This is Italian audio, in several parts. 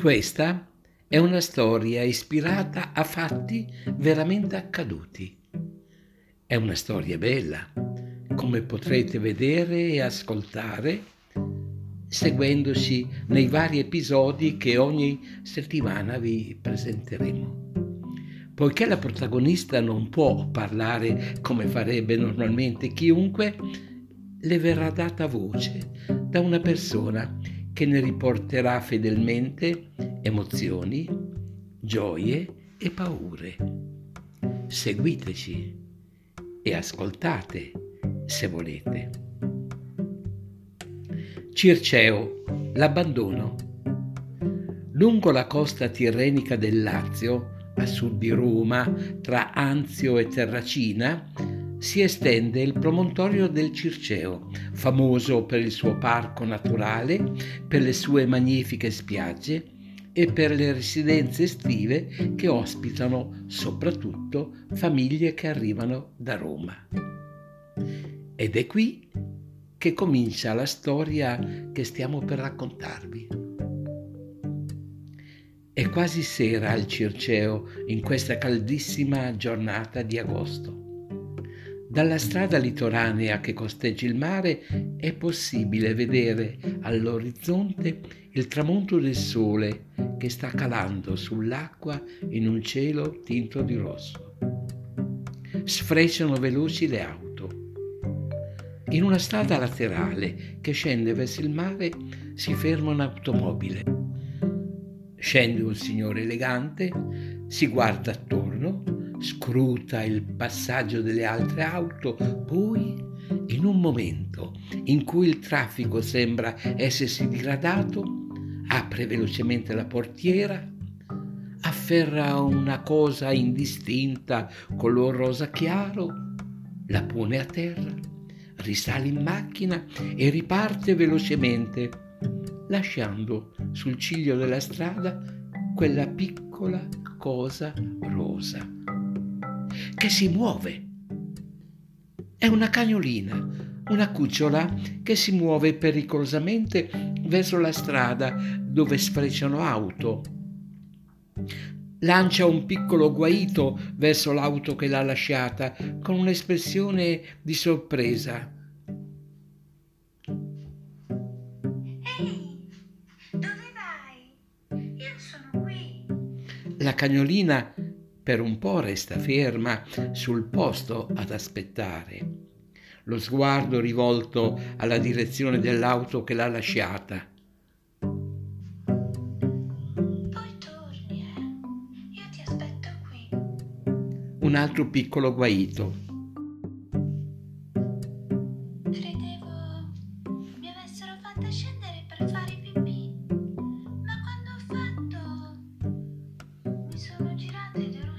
Questa è una storia ispirata a fatti veramente accaduti. È una storia bella, come potrete vedere e ascoltare seguendoci nei vari episodi che ogni settimana vi presenteremo. Poiché la protagonista non può parlare come farebbe normalmente chiunque, le verrà data voce da una persona che ne riporterà fedelmente emozioni, gioie e paure. Seguiteci e ascoltate se volete. Circeo, l'abbandono. Lungo la costa tirrenica del Lazio, a sud di Roma, tra Anzio e Terracina, si estende il promontorio del Circeo, famoso per il suo parco naturale, per le sue magnifiche spiagge e per le residenze estive che ospitano soprattutto famiglie che arrivano da Roma. Ed è qui che comincia la storia che stiamo per raccontarvi. È quasi sera al Circeo in questa caldissima giornata di agosto. Dalla strada litoranea che costeggia il mare è possibile vedere all'orizzonte il tramonto del sole che sta calando sull'acqua in un cielo tinto di rosso. Sfrecciano veloci le auto. In una strada laterale che scende verso il mare si ferma un'automobile. Scende un signore elegante, si guarda attorno, scruta il passaggio delle altre auto, poi, in un momento in cui il traffico sembra essersi diradato, apre velocemente la portiera, afferra una cosa indistinta color rosa chiaro, la pone a terra, risale in macchina e riparte velocemente, lasciando sul ciglio della strada quella piccola cosa rosa che si muove. È una cagnolina, una cucciola che si muove pericolosamente verso la strada dove sfrecciano auto. Lancia un piccolo guaito verso l'auto che l'ha lasciata con un'espressione di sorpresa. La cagnolina per un po' resta ferma sul posto ad aspettare, lo sguardo rivolto alla direzione dell'auto che l'ha lasciata. Poi torni, io ti aspetto qui. Un altro piccolo guaito. Credevo mi avessero fatta scendere per fare pipì, ma quando ho fatto mi sono girata ed ero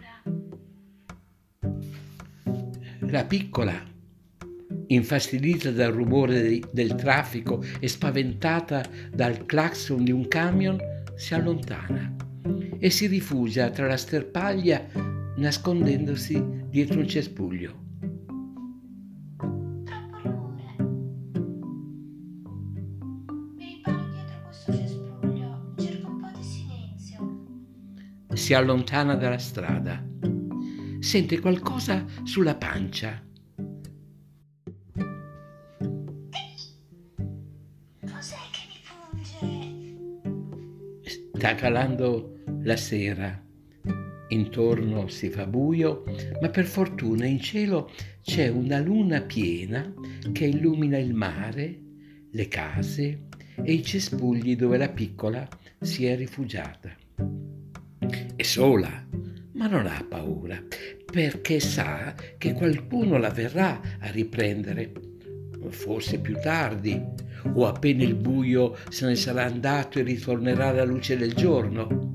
sola. La piccola, infastidita dal rumore del traffico e spaventata dal clacson di un camion, si allontana e si rifugia tra la sterpaglia nascondendosi dietro un cespuglio. Troppo rumore. Mi riparo dietro questo cespuglio, cerco un po' di silenzio. Si allontana dalla strada. Sente qualcosa sulla pancia. Cos'è che mi punge? Sta calando la sera. Intorno si fa buio, ma per fortuna in cielo c'è una luna piena che illumina il mare, le case e i cespugli dove la piccola si è rifugiata. È sola, ma non ha paura, perché sa che qualcuno la verrà a riprendere, forse più tardi, o appena il buio se ne sarà andato e ritornerà la luce del giorno.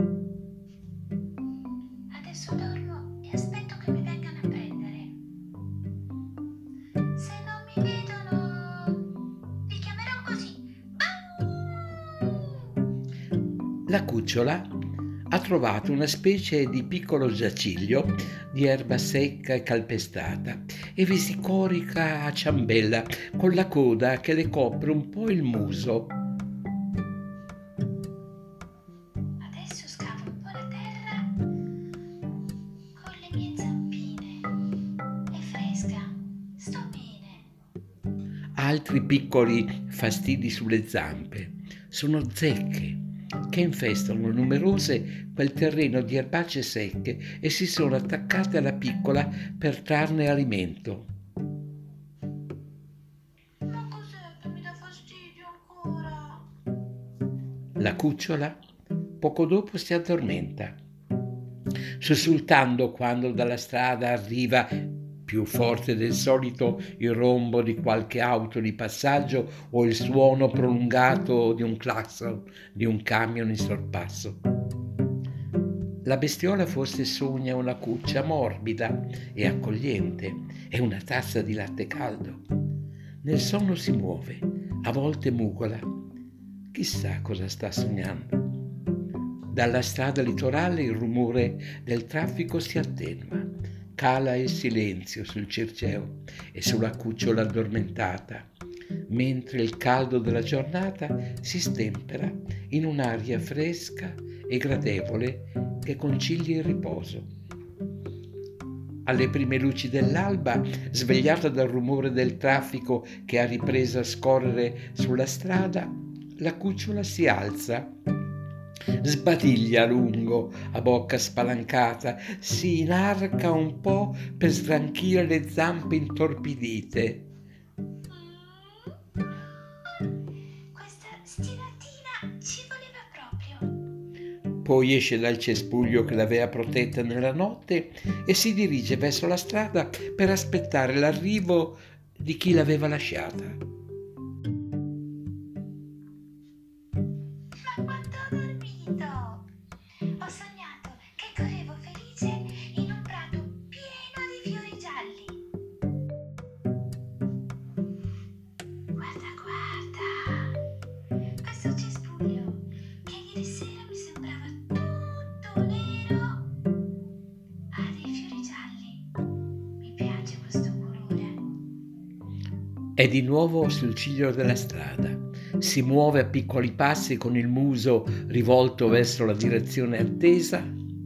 Adesso dormo e aspetto che mi vengano a prendere. Se non mi vedono, li chiamerò così. Bau! La cucciola ha trovato una specie di piccolo giaciglio di erba secca e calpestata e vi si corica a ciambella con la coda che le copre un po' il muso. altri piccoli fastidi sulle zampe. Sono zecche che infestano numerose quel terreno di erbacce secche e si sono attaccate alla piccola per trarne alimento. Ma cos'è che mi dà fastidio ancora? La cucciola poco dopo si addormenta, sussultando quando dalla strada arriva più forte del solito il rombo di qualche auto di passaggio o il suono prolungato di un clacson di un camion in sorpasso. La bestiola forse sogna una cuccia morbida e accogliente e una tazza di latte caldo. Nel sonno si muove, a volte mugola. Chissà cosa sta sognando. Dalla strada litorale il rumore del traffico si attenua. Cala il silenzio sul Circeo e sulla cucciola addormentata, mentre il caldo della giornata si stempera in un'aria fresca e gradevole che concilia il riposo. Alle prime luci dell'alba, svegliata dal rumore del traffico che ha ripreso a scorrere sulla strada, la cucciola si alza, sbadiglia a lungo, a bocca spalancata, si inarca un po' per sgranchire le zampe intorpidite. Questa stiratina ci voleva proprio. Poi esce dal cespuglio che l'aveva protetta nella notte e si dirige verso la strada per aspettare l'arrivo di chi l'aveva lasciata. Ma quanto ho dormito! Ho sognato che correvo felice in un prato pieno di fiori gialli. Guarda, guarda! Questo cespuglio che ieri sera mi sembrava tutto nero ha dei fiori gialli. Mi piace questo colore. È di nuovo sul ciglio della strada. Si muove a piccoli passi con il muso rivolto verso la direzione attesa.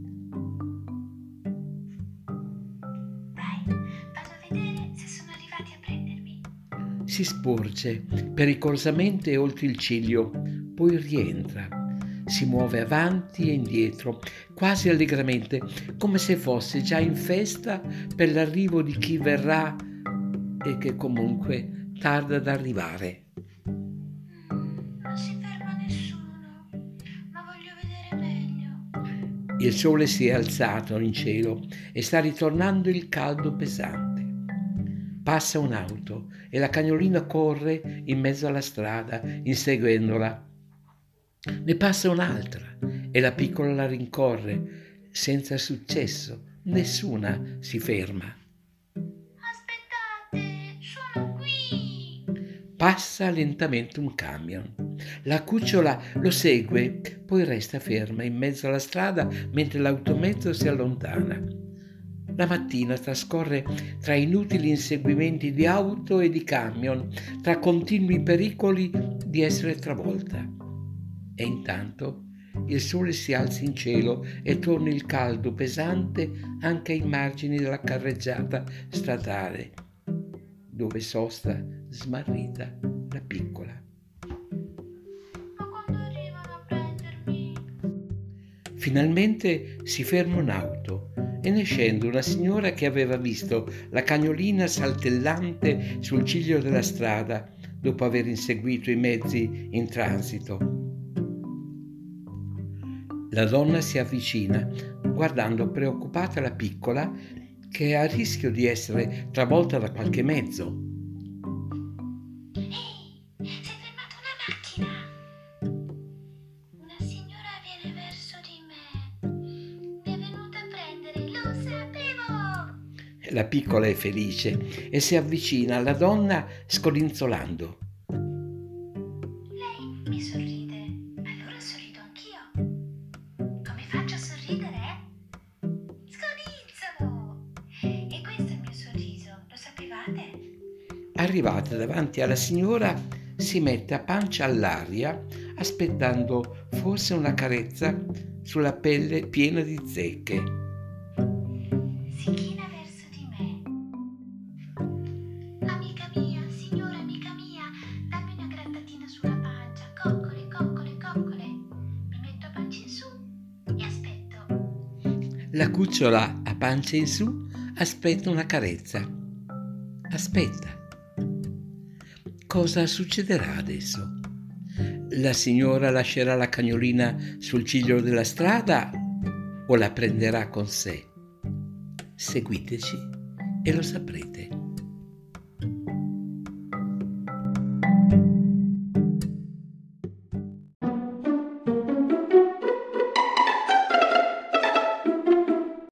Dai, vado a vedere se sono arrivati a prendermi. Si sporge pericolosamente oltre il ciglio, poi rientra. Si muove avanti e indietro, quasi allegramente, come se fosse già in festa per l'arrivo di chi verrà e che comunque tarda ad arrivare. Non si ferma nessuno, ma voglio vedere meglio. Il sole si è alzato in cielo e sta ritornando il caldo pesante. Passa un'auto e la cagnolina corre in mezzo alla strada, inseguendola. Ne passa un'altra e la piccola la rincorre, senza successo. Nessuna si ferma. Aspettate, sono qui. Passa lentamente un camion. La cucciola lo segue, poi resta ferma in mezzo alla strada mentre l'automezzo si allontana. La mattina trascorre tra inutili inseguimenti di auto e di camion, tra continui pericoli di essere travolta. E intanto il sole si alza in cielo e torna il caldo pesante anche ai margini della carreggiata statale, dove sosta smarrita la piccola. Ma quando arrivano a prendermi? Finalmente si ferma un'auto e ne scende una signora che aveva visto la cagnolina saltellante sul ciglio della strada dopo aver inseguito i mezzi in transito. La donna si avvicina, guardando preoccupata la piccola che è a rischio di essere travolta da qualche mezzo. Ehi, si è fermata una macchina. Una signora viene verso di me. Mi è venuta a prendere, lo sapevo. La piccola è felice e si avvicina alla donna scodinzolando. Lei mi sorride, allora sorrido anch'io. Come faccio a sorridere? Scodinzolo! E questo è il mio sorriso, lo sapevate? Arrivata davanti alla signora, si mette a pancia all'aria, aspettando forse una carezza sulla pelle piena di zecche. Si china verso di me. Amica mia, signora amica mia. La cucciola a pancia in su aspetta una carezza. Aspetta. Cosa succederà adesso? La signora lascerà la cagnolina sul ciglio della strada o la prenderà con sé? Seguiteci e lo saprete.